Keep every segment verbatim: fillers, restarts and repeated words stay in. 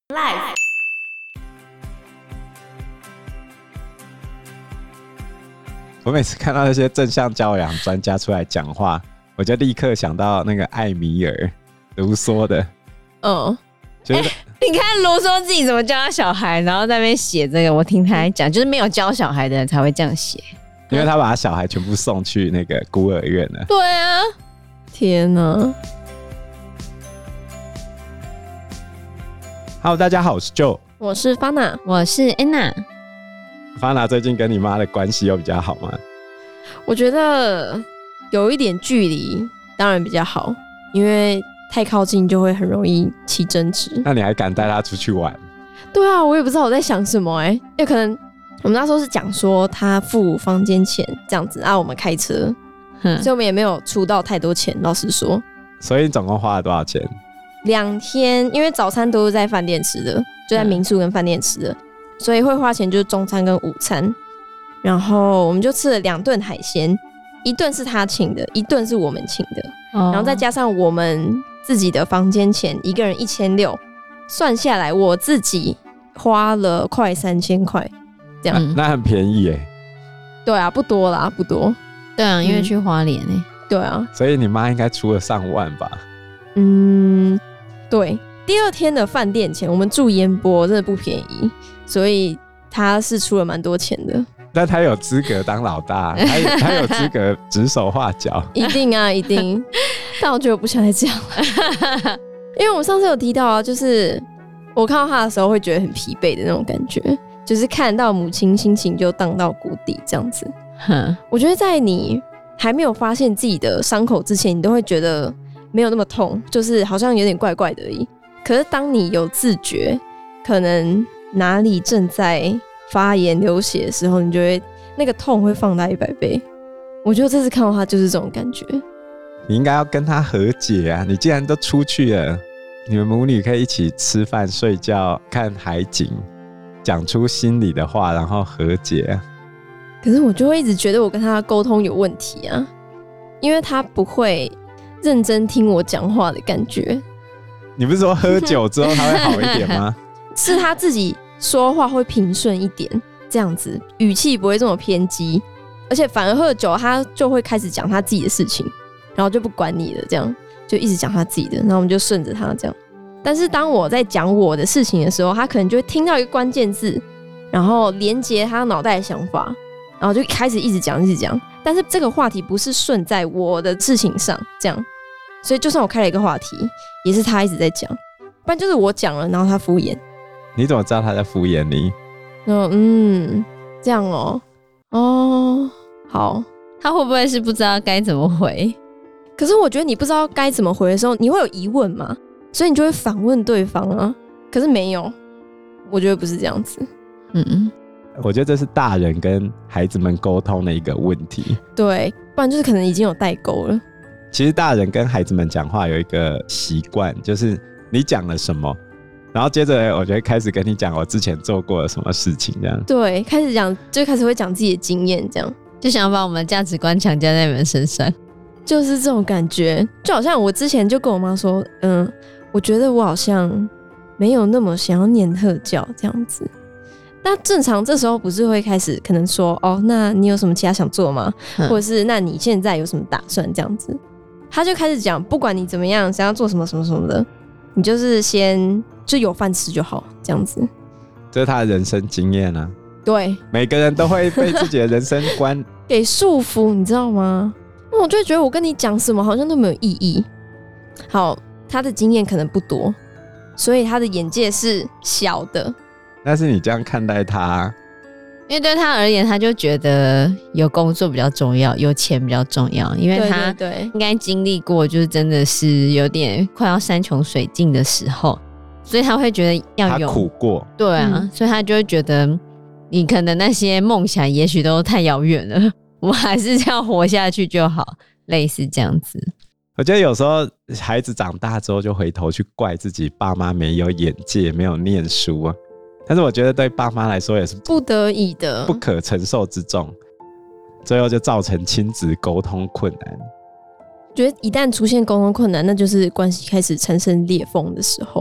Life。 我每次看到那些正向教养专家出来讲话，我就立刻想到那个艾米尔卢梭的， 嗯， 就是、 欸、你看卢梭自己怎么教他小孩，然后在那边写这个，我听他讲，就是没有教小孩的人才会这样写， 因为他把他小孩全部送去那个孤儿院了。 对啊，天哪！ Hello， 大家好，我是 Joe， 我是 Fana， 我是 Anna。Fana 最近跟你妈的关系有比较好吗？ 我觉得有一点距离当然比较好，因为太靠近就会很容易起争执。 那你还敢带她出去玩？ 对啊，我也不知道我在想什么哎、欸，因为可能我们那时候是讲说他付房间钱这样子啊，我们开车，所以我们也没有出到太多钱，老实说。 所以你总共花了多少钱？ 两天，因为早餐都是在饭店吃的，就在民宿跟饭店吃的、嗯，所以会花钱就是中餐跟午餐。然后我们就吃了两顿海鲜，一顿是他请的，一顿是我们请的、哦，然后再加上我们自己的房间钱，一个人一千六，算下来我自己花了快三千块，这样、 嗯、那很便宜耶。 对啊，不多啦，不多。 对啊，因为去花莲哎、欸。 对啊， 所以你妈应该出了上万吧？ 嗯，对。第二天的饭店钱，我们住烟波真的不便宜，所以他是出了蛮多钱的。 但他有资格当老大，他有他有资格指手画脚。 一定啊，一定。但我觉得我不想再这样了，因为我上次有提到啊，就是我看到他的时候会觉得很疲惫的那种感觉，就是看到母亲心情就荡到谷底这样子。我觉得在你还没有发现自己的伤口之前，你都会觉得没有那么痛，就是好像有点怪怪的而已。可是当你有自觉，可能哪里正在发炎流血的时候，你就会那个痛会放大一百倍。我觉得这次看到他就是这种感觉。 你应该要跟他和解啊！你既然都出去了，你们母女可以一起吃饭、睡觉、看海景，讲出心里的话，然后和解啊。 可是我就会一直觉得我跟他沟通有问题啊，因为他不会认真听我讲话的感觉。 你不是说喝酒之后他会好一点吗？ 是他自己说话会平顺一点，这样子语气不会这么偏激，而且反而喝酒他就会开始讲他自己的事情，然后就不管你了，这样就一直讲他自己的，然后我们就顺着他这样。但是当我在讲我的事情的时候，他可能就会听到一个关键字，然后连接他脑袋的想法，然后就开始一直讲一直讲，但是这个话题不是顺在我的事情上，这样，所以就算我开了一个话题，也是他一直在讲，不然就是我讲了，然后他敷衍。 你怎么知道他在敷衍你？ 嗯嗯，这样哦，哦，好， 他会不会是不知道该怎么回？ 可是我觉得你不知道该怎么回的时候，你会有疑问嘛，所以你就会反问对方啊。可是没有，我觉得不是这样子。 嗯嗯， 我觉得这是大人跟孩子们沟通的一个问题。 对，不然就是可能已经有代沟了。 其实大人跟孩子们讲话有一个习惯，就是你讲了什么，然后接着我就会开始跟你讲我之前做过了什么事情，这样。 对，开始讲，就开始会讲自己的经验，这样就想要把我们的价值观强加在你们身上， 就是这种感觉。就好像我之前就跟我妈说，嗯，我觉得我好像没有那么想要念特教这样子。那正常这时候不是会开始可能说，哦，那你有什么其他想做吗？嗯、或者是那你现在有什么打算这样子？他就开始讲，不管你怎么样，想要做什么什么什么的，你就是先就有饭吃就好，这样子。 这是他的人生经验啊。 对， 每个人都会被自己的人生观给束缚，你知道吗？那我就会觉得我跟你讲什么好像都没有意义。好，他的经验可能不多，所以他的眼界是小的。 但是你这样看待他， 因为对他而言，他就觉得有工作比较重要，有钱比较重要，因为他应该经历过就是真的是有点快要山穷水尽的时候，所以他会觉得要有他苦过。 对啊、嗯、所以他就会觉得你可能那些梦想也许都太遥远了，我还是这样活下去就好，类似这样子。 我觉得有时候孩子长大之后就回头去怪自己爸妈没有眼界，没有念书啊，但是我觉得对爸妈来说也是不得已的， 不可承受之重，最后就造成亲子沟通困难。 觉得一旦出现沟通困难，那就是关系开始产生裂缝的时候，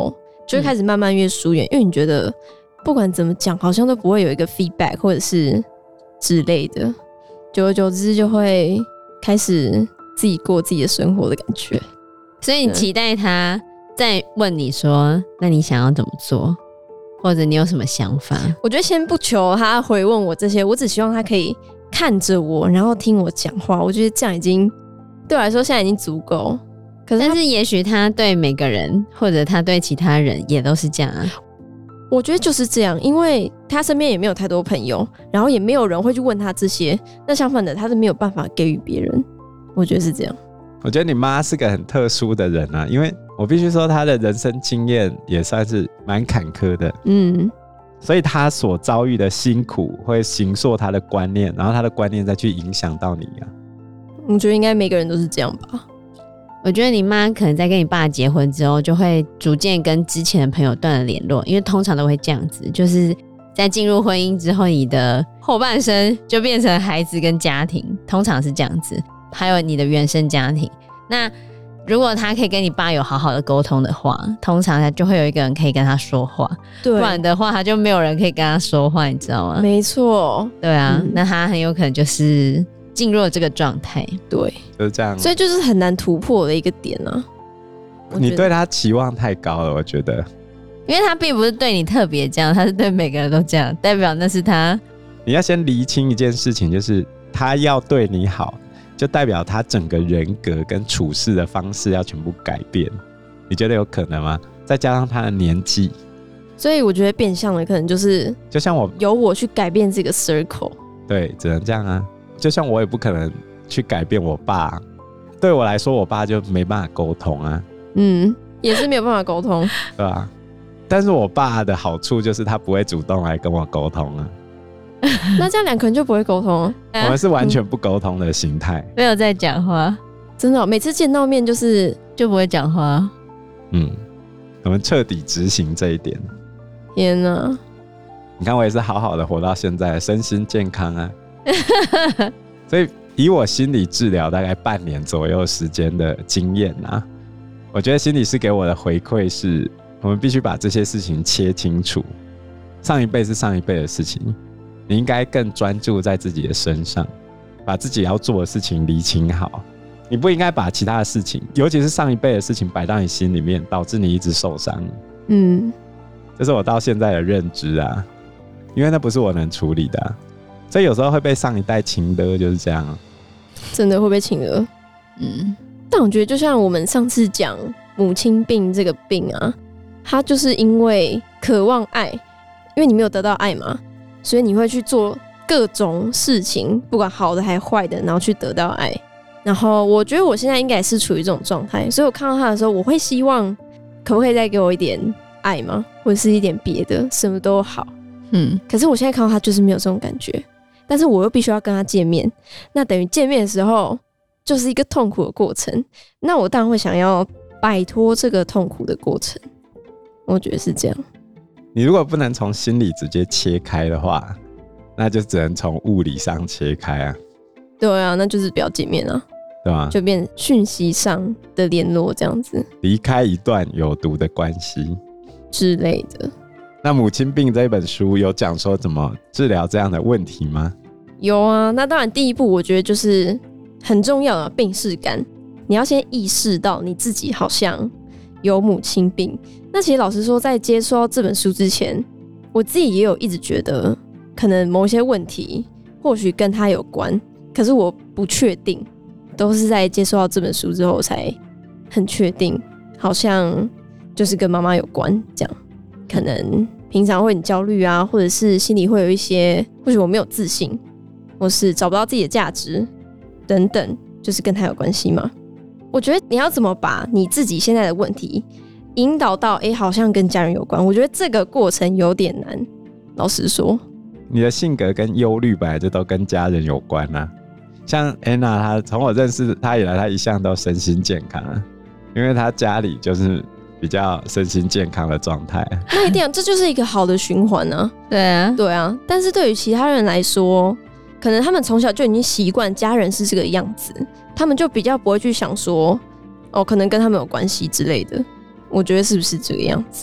就会开始慢慢越疏远、嗯、因为你觉得不管怎么讲好像都不会有一个 feedback 或者是之类的，久而久之就会开始自己过自己的生活的感觉。 所以你期待他再问你说那你想要怎么做，或者你有什么想法？ 我觉得先不求他回问我这些，我只希望他可以看着我然后听我讲话，我觉得这样已经对我来说现在已经足够。可是但是也许他对每个人或者他对其他人也都是这样啊。 我觉得就是这样，因为他身边也没有太多朋友，然后也没有人会去问他这些，那相反的他是没有办法给予别人，我觉得是这样。 我觉得你妈是个很特殊的人啊，因为我必须说她的人生经验也算是蛮坎坷的，嗯，所以她所遭遇的辛苦会形塑她的观念，然后她的观念再去影响到你啊。 我觉得应该每个人都是这样吧。 我觉得你妈可能在跟你爸结婚之后就会逐渐跟之前的朋友断了联络，因为通常都会这样子，就是在进入婚姻之后你的后半生就变成孩子跟家庭，通常是这样子，还有你的原生家庭。那如果他可以跟你爸有好好的沟通的话，通常他就会有一个人可以跟他说话，对，不然的话他就没有人可以跟他说话，你知道吗？ 没错， 对啊、嗯、那他很有可能就是进入了这个状态。 对， 就是这样， 所以就是很难突破的一个点啊。 你对他期望太高了，我觉得， 因为他并不是对你特别这样，他是对每个人都这样，代表那是他。 你要先厘清一件事情，就是他要对你好，就代表他整个人格跟处事的方式要全部改变。你觉得有可能吗？再加上他的年纪， 所以我觉得变相的可能就是就像我由我去改变这个 circle。 对，只能这样啊。就像我也不可能去改变我爸，对我来说我爸就没办法沟通啊。 嗯，也是没有办法沟通对吧？但是我爸的好处就是他不会主动来跟我沟通啊。 那这样两个人就不会沟通、 啊、我们是完全不沟通的形态、嗯、 没有在讲话， 真的、哦、每次见到面就是就不会讲话。 嗯，我们彻底执行这一点。 天哪， 你看我也是好好的活到现在，身心健康啊。所以以我心理治疗大概半年左右时间的经验啊，我觉得心理师给我的回馈是，我们必须把这些事情切清楚。上一辈是上一辈的事情，你应该更专注在自己的身上，把自己要做的事情理清好。你不应该把其他的事情，尤其是上一辈的事情摆到你心里面，导致你一直受伤。嗯，这是我到现在的认知啊，因为那不是我能处理的啊。所以有时候会被上一代情勒，就是这样、啊、 真的会被情勒。嗯，但我觉得就像我们上次讲母亲病这个病啊，它就是因为渴望爱，因为你没有得到爱嘛，所以你会去做各种事情，不管好的还坏的，然后去得到爱。然后我觉得我现在应该也是处于这种状态，所以我看到他的时候，我会希望可不可以再给我一点爱吗，或者是一点别的，什么都好。嗯，可是我现在看到他就是没有这种感觉，但是我又必须要跟他见面，那等于见面的时候就是一个痛苦的过程，那我当然会想要摆脱这个痛苦的过程，我觉得是这样。 你如果不能从心理直接切开的话，那就只能从物理上切开啊。 对啊，那就是不要见面啊， 对吧？ 就变讯息上的联络这样子， 离开一段有毒的关系之类的。 那母亲病这一本书有讲说怎么治疗这样的问题吗？ 有啊，那当然第一步我觉得就是很重要的病识感，你要先意识到你自己好像有母亲病。那其实老实说，在接触到这本书之前，我自己也有一直觉得可能某一些问题或许跟他有关，可是我不确定，都是在接触到这本书之后才很确定，好像就是跟妈妈有关这样。可能平常会很焦虑啊，或者是心里会有一些或许我没有自信，或是找不到自己的价值等等，就是跟他有关系嘛。我觉得你要怎么把你自己现在的问题引导到哎，好像跟家人有关，我觉得这个过程有点难，老实说。 你的性格跟忧虑本来就都跟家人有关啊。像 Anna 她从我认识她以来，她一向都身心健康啊，因为她家里就是比较身心健康的状态。 那一定，这就是一个好的循环啊。 对啊， 对啊。但是对于其他人来说，可能他们从小就已经习惯家人是这个样子，他们就比较不会去想说，哦，可能跟他们有关系之类的。我觉得是不是这个样子？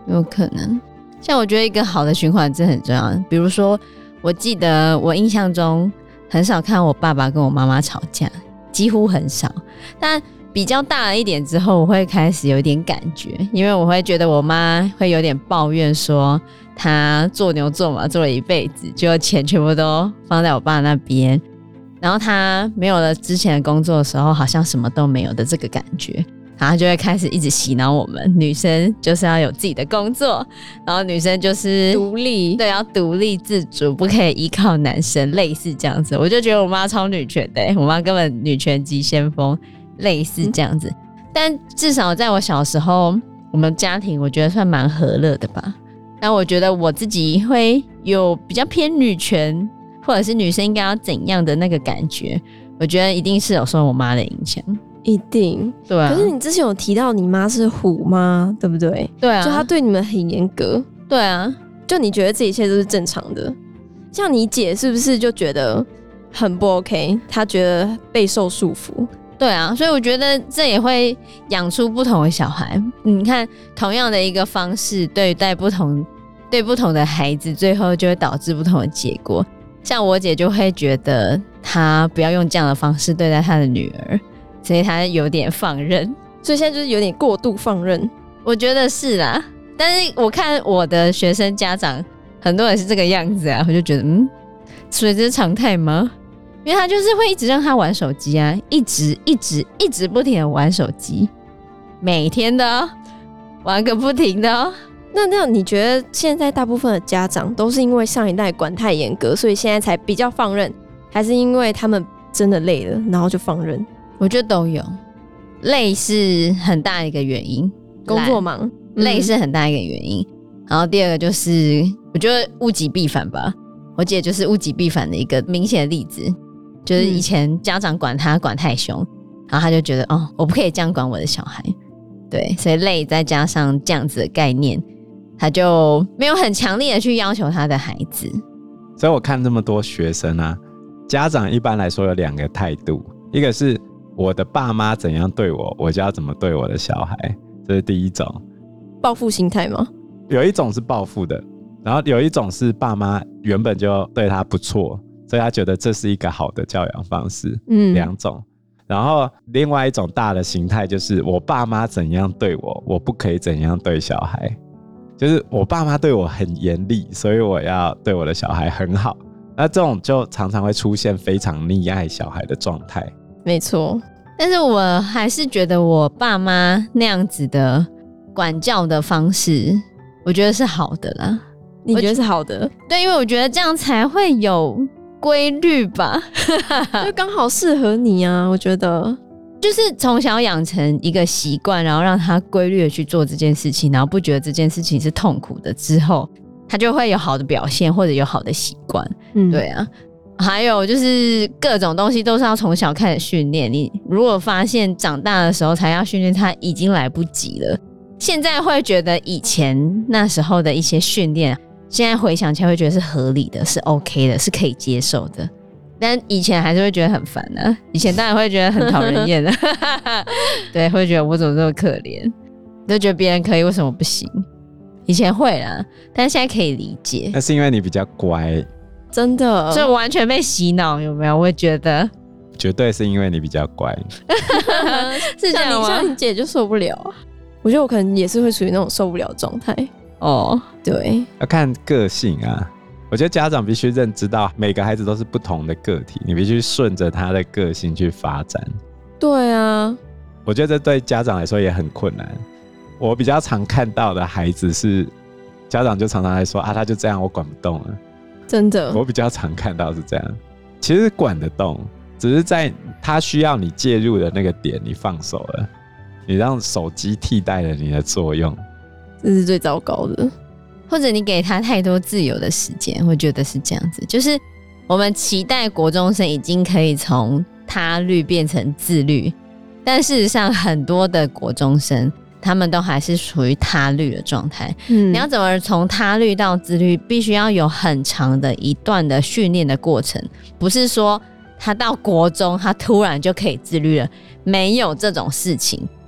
有可能。像我觉得一个好的循环真的很重要，比如说我记得我印象中很少看我爸爸跟我妈妈吵架，几乎很少，但比较大了一点之后，我会开始有一点感觉，因为我会觉得我妈会有点抱怨说她做牛做马做了一辈子，结果钱全部都放在我爸那边，然后她没有了之前的工作的时候好像什么都没有的这个感觉，然后就会开始一直洗脑我们女生就是要有自己的工作，然后女生就是独立， 对，要独立自主，不可以依靠男生，类似这样子。我就觉得我妈超女权的、欸、我妈根本女权急先锋，类似这样子、嗯、但至少在我小时候我们家庭我觉得算蛮和乐的吧。但我觉得我自己会有比较偏女权或者是女生应该要怎样的那个感觉，我觉得一定是有受我妈的影响， 一定。 对啊， 可是你之前有提到你妈是虎妈，对不对？ 对啊， 就她对你们很严格。 对啊， 就你觉得这一切都是正常的，像你姐是不是就觉得很不 OK， 她觉得备受束缚？ 对啊，所以我觉得这也会养出不同的小孩。你看同样的一个方式对待不同对不同的孩子，最后就会导致不同的结果。像我姐就会觉得她不要用这样的方式对待她的女儿，所以她有点放任， 所以现在就是有点过度放任。 我觉得是啦，但是我看我的学生家长很多人是这个样子啊，我就觉得嗯，所以这是常态吗？因为他就是会一直让他玩手机啊，一直一直一直不停的玩手机，每天的、哦、玩个不停的、哦。 那那样你觉得现在大部分的家长都是因为上一代管太严格，所以现在才比较放任，还是因为他们真的累了然后就放任？ 我觉得都有，累是很大一个原因， 工作忙， 累是很大一个原因、嗯、然后第二个就是我觉得物极必反吧，我姐就是物极必反的一个明显的例子，就是以前家长管他管太凶，然后他就觉得哦，我不可以这样管我的小孩，对，所以累再加上这样子的概念，他就没有很强烈的去要求他的孩子。 所以我看这么多学生啊，家长一般来说有两个态度，一个是我的爸妈怎样对我，我就要怎么对我的小孩，这是第一种报复心态吗？ 有一种是报复的，然后有一种是爸妈原本就对他不错，所以他觉得这是一个好的教养方式，嗯，两种。然后另外一种大的形态就是我爸妈怎样对我，我不可以怎样对小孩，就是我爸妈对我很严厉，所以我要对我的小孩很好。那这种就常常会出现非常溺爱小孩的状态。 没错， 但是我还是觉得我爸妈那样子的管教的方式，我觉得是好的啦。 你觉得是好的？ 对，因为我觉得这样才会有规律吧， 就刚好适合你啊。我觉得就是从小养成一个习惯，然后让他规律的去做这件事情，然后不觉得这件事情是痛苦的之后，他就会有好的表现或者有好的习惯、嗯、对啊。还有就是各种东西都是要从小开始训练，你如果发现长大的时候才要训练他，已经来不及了。现在会觉得以前那时候的一些训练，现在回想起来会觉得是合理的，是 OK 的，是可以接受的，但以前还是会觉得很烦啊。以前当然会觉得很讨人厌的对，会觉得我怎么这么可怜，就觉得别人可以为什么不行，以前会啦，但现在可以理解。 那是因为你比较乖， 真的， 所以我完全被洗脑，有没有？我会觉得绝对是因为你比较乖是这样吗？ 像你姐就受不了，我觉得我可能也是会属于那种受不了的状态。 哦， 对， 要看个性啊。我觉得家长必须认知到每个孩子都是不同的个体，你必须顺着他的个性去发展。 对啊， 我觉得这对家长来说也很困难。我比较常看到的孩子是家长就常常来说啊，他就这样，我管不动了。 真的， 我比较常看到是这样。其实管得动，只是在他需要你介入的那个点，你放手了，你让手机替代了你的作用。 这是最糟糕的， 或者你给他太多自由的时间，我觉得是这样子。就是我们期待国中生已经可以从他律变成自律，但事实上很多的国中生他们都还是处于他律的状态、嗯、你要怎么从他律到自律，必须要有很长的一段的训练的过程，不是说他到国中他突然就可以自律了，没有这种事情。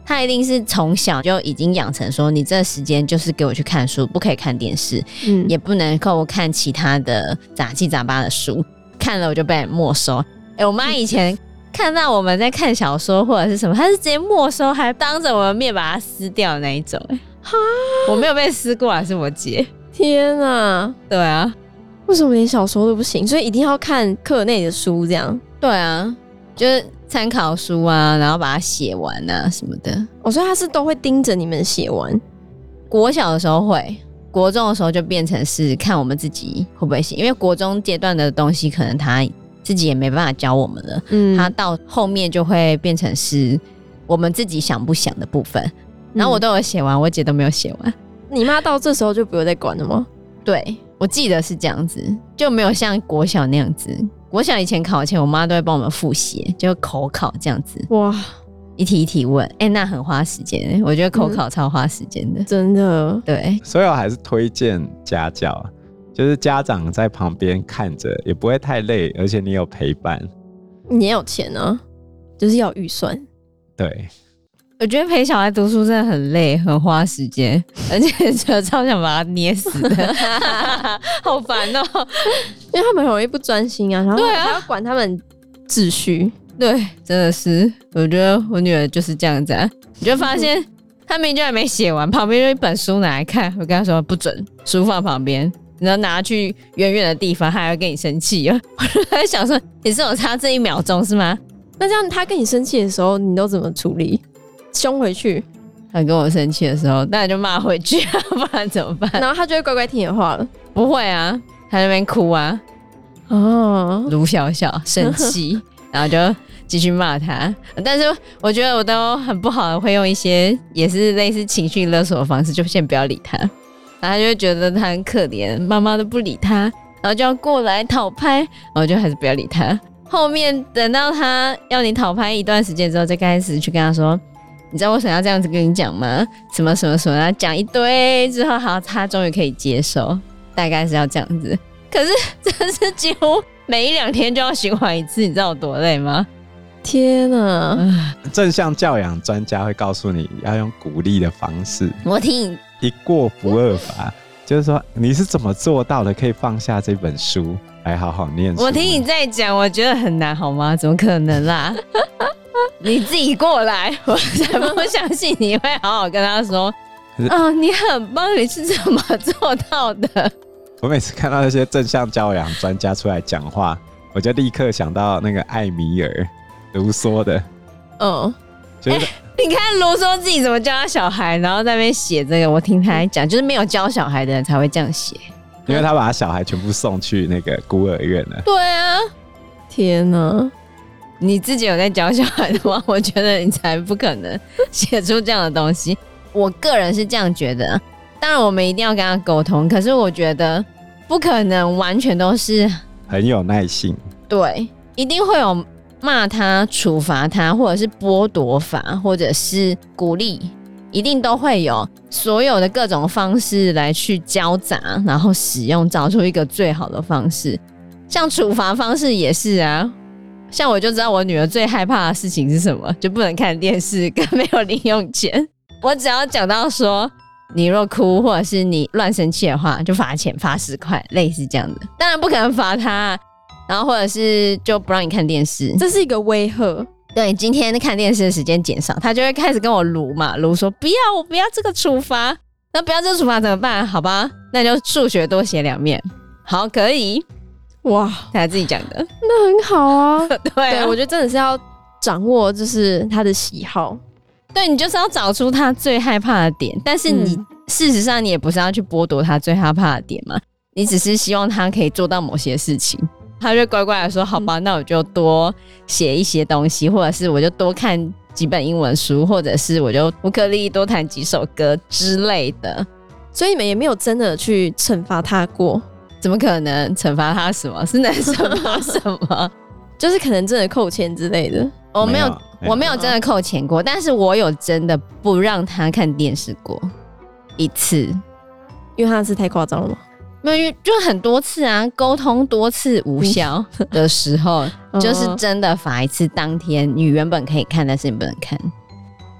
他一定是从小就已经养成说，你这时间就是给我去看书，不可以看电视，嗯，也不能够看其他的杂七杂八的书，看了我就被没收。哎、欸，我妈以前看到我们在看小说或者是什么，她是直接没收，还当着我的面把它撕掉的那一种。哎，我没有被撕过啊，是我姐。 天啊， 对啊， 为什么连小说都不行？所以一定要看课内的书这样？ 对啊，就是参考书啊，然后把它写完啊什么的。 哦，所以他是都会盯着你们写完。 国小的时候会，国中的时候就变成是看我们自己会不会写，因为国中阶段的东西可能他自己也没办法教我们了，嗯，他到后面就会变成是我们自己想不想的部分。然后我都有写完，我姐都没有写完。 你妈到这时候就不用再管了吗？ 对，我记得是这样子，就没有像国小那样子。国小以前考前，我妈都会帮我们复习，就口考这样子。哇，一题一题问，哎、欸，那很花时间。我觉得口考超花时间的、嗯， 真的。 对， 所以我还是推荐家教，就是家长在旁边看着，也不会太累，而且你有陪伴， 你也有钱啊，就是要预算。 对。 我觉得陪小孩读书真的很累，很花时间，而且超想把他捏死的，好烦哦、喔！ 因为他们很容易不专心啊，然后还要管他们秩序。 对，真的是，我觉得我女儿就是这样子啊。你就发现她明明就还没写完，旁边就一本书拿来看，我跟她说不准，书放旁边，然后拿去远远的地方，她还会跟你生气啊。我就在想说，你是有差这一秒钟是吗？ 那这样她跟你生气的时候，你都怎么处理？凶回去？ 他跟我生气的时候，当然就骂回去啊，不然怎么办？ 然后他就会乖乖听你的话了。 不会啊，他在那边哭啊，哦，卢小小生气，然后就继续骂他。但是我觉得我都很不好的，会用一些也是类似情绪勒索的方式，就先不要理他，然后他就会觉得他很可怜，妈妈都不理他，然后就要过来讨拍，然后就还是不要理他。后面等到他要你讨拍一段时间之后，再开始去跟他说。你知道为什么要这样子跟你讲吗？什么什么什么，讲一堆之后，好，他终于可以接受，大概是要这样子。可是真是几乎每一两天就要循环一次，你知道有多累吗？ 天啊！ 正向教养专家会告诉你要用鼓励的方式。 我听一过不二法，就是说你是怎么做到的，可以放下这本书来好好念书。 我听你在讲，我觉得很难，好吗？怎么可能啦？你自己过来，我才不相信你会好好跟他说哦，你很棒，你是怎么做到的？ 我每次看到那些正向教养专家出来讲话，我就立刻想到那个艾米尔卢梭的， 嗯，就是、欸、你看卢梭自己怎么教他小孩，然后在那边写这个，我听他讲，就是没有教小孩的人才会这样写， 因为他把他小孩全部送去那个孤儿院了。 对啊， 天哪！ 你自己有在教小孩的话，我觉得你才不可能写出这样的东西。我个人是这样觉得，当然我们一定要跟他沟通，可是我觉得不可能完全都是很有耐性。 对，一定会有骂他、处罚他，或者是剥夺法，或者是鼓励，一定都会有所有的各种方式来去交杂，然后使用，找出一个最好的方式。像处罚方式也是啊。像我就知道我女儿最害怕的事情是什么，就不能看电视跟没有零用钱。我只要讲到说你若哭或者是你乱生气的话，就罚钱，罚十块，类似这样的。当然不可能罚他，然后或者是就不让你看电视， 这是一个威吓。 对，今天看电视的时间减少，他就会开始跟我撸嘛，撸说不要，我不要这个处罚。那不要这个处罚怎么办？好吧，那就数学多写两面。好，可以。哇，他自己讲的， 那很好啊。 对啊， 对，我觉得真的是要掌握，就是他的喜好。 对，你就是要找出他最害怕的点，但是你、嗯、事实上你也不是要去剥夺他最害怕的点嘛，你只是希望他可以做到某些事情。他就乖乖的说：“好吧，嗯、那我就多写一些东西，或者是我就多看几本英文书，或者是我就乌克丽丽多弹几首歌之类的。” 所以你们也没有真的去惩罚他过。 怎么可能惩罚他什么？是能惩罚什么？ 就是可能真的扣钱之类的。 我没有，没有我没有真的扣钱过，但是我有真的不让他看电视过一次， 因为他是太夸张了吗？ 没有，就很多次啊，沟通多次无效的时候，就是真的罚一次。当天你原本可以看，但是你不能看。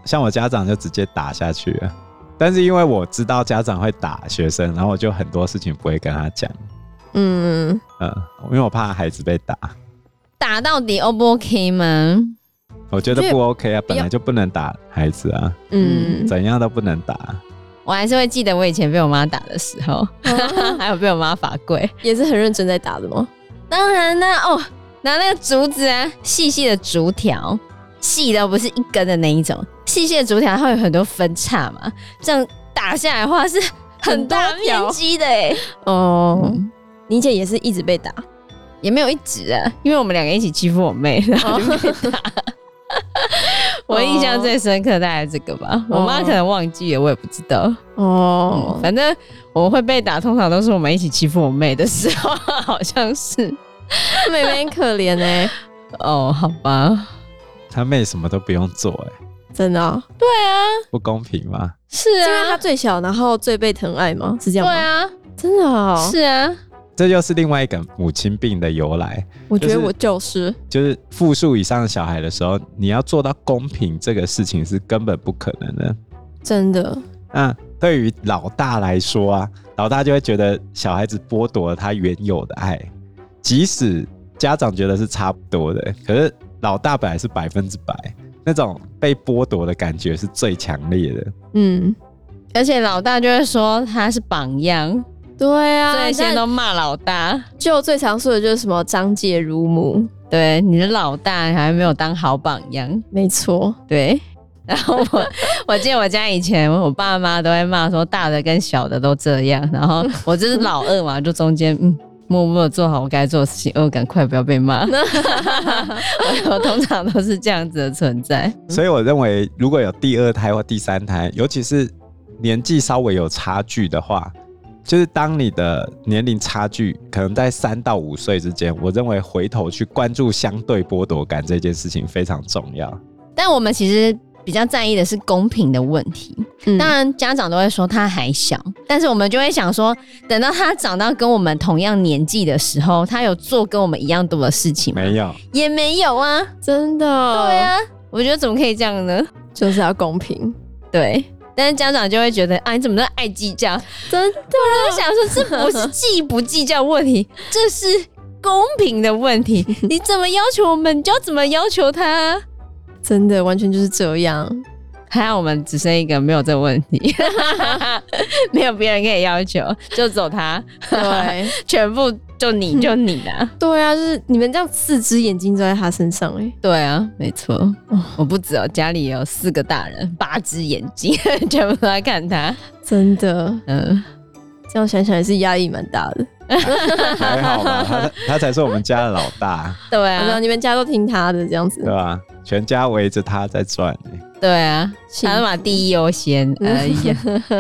像我家长就直接打下去了，但是因为我知道家长会打学生，然后我就很多事情不会跟他讲。嗯嗯，因为我怕孩子被打。 打到底 O 不 OK 吗？ 我觉得不 OK 啊，本来就不能打孩子啊，嗯，怎样都不能打。 我还是会记得我以前被我妈打的时候，哦、还有被我妈罚跪， 也是很认真在打的吗？ 当然啦，哦，拿那个竹子啊，细细的竹条，细的不是一根的那一种，细细的竹条它会有很多分叉嘛，这样打下来的话是很大面积的哎。哦、 嗯，你姐也是一直被打， 也没有一直啊，因为我们两个一起欺负我妹，然后就被打。哦我印象最深刻大概这个吧，我妈可能忘记了，我也不知道。哦、嗯，反正我会被打，通常都是我们一起欺负我妹的时候，好像是。 妹妹很可怜哎、欸。 哦，好吧。 她妹什么都不用做哎、欸， 真的、哦？ 对啊。 不公平吗？ 是啊， 因为她最小，然后最被疼爱吗？是这样吗？ 对啊， 真的哦。 是啊。 这就是另外一个母亲病的由来。 我觉得我就是， 就是、就是复数以上的小孩的时候，你要做到公平这个事情是根本不可能的。 真的。 那对于老大来说啊，老大就会觉得小孩子剥夺了他原有的爱，即使家长觉得是差不多的，可是老大本来是百分之百，那种被剥夺的感觉是最强烈的。 嗯，而且老大就会说他是榜样。 对啊， 所以现在都骂老大， 就最常说的就是什么长姐如母， 对，你的老大还没有当好榜样， 没错， 对。然后我我记得我家以前我爸妈都会骂说大的跟小的都这样，然后我就是老二嘛，就中间嗯默默的做好我该做的事情，哦，赶快不要被骂。我, 我通常都是这样子的存在， 所以我认为如果有第二胎或第三胎，尤其是年纪稍微有差距的话。就是当你的年龄差距可能在三到五岁之间，我认为回头去关注相对剥夺感这件事情非常重要。 但我们其实比较在意的是公平的问题。嗯、当然家长都会说他还小，但是我们就会想说，等到他长到跟我们同样年纪的时候，他有做跟我们一样多的事情吗？ 没有， 也没有啊， 真的。 对啊，我觉得怎么可以这样呢？ 就是要公平， 对。但是家长就会觉得啊，你怎么都爱计较？ 真的， 我就想说，这不是计不计较问题，这是公平的问题。你怎么要求我们，你就要怎么要求他。 真的，完全就是这样。 还好我们只剩一个没有这个问题，没有别人可以要求，就走他。 对， 全部就你就你啦。 对啊，就是你们这样四只眼睛都在他身上哎、欸。 对啊，没错、哦。我不止哦，家里有四个大人，八只眼睛，全部都在看他。 真的，嗯，这样想想也是压力蛮大的。 还好吧，他他才是我们家的老大。 对啊， 你们家都听他的这样子， 对吧？全家围着他在转、欸。 对啊，他是嘛第一优先。哎呀，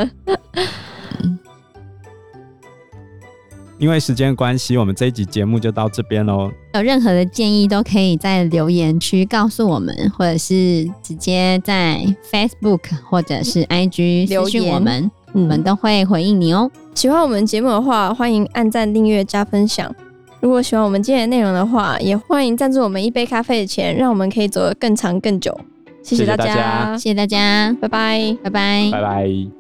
因为时间关系，我们这一集节目就到这边喽。 有任何的建议都可以在留言区告诉我们，或者是直接在 Facebook 或者是 I G 私讯我们，我们都会回应你哦。 喜欢我们节目的话，欢迎按赞、订阅、加分享。如果喜欢我们今天的内容的话，也欢迎赞助我们一杯咖啡的钱，让我们可以走得更长更久。谢谢大家， 谢谢大家， 拜拜， 拜拜， 拜拜。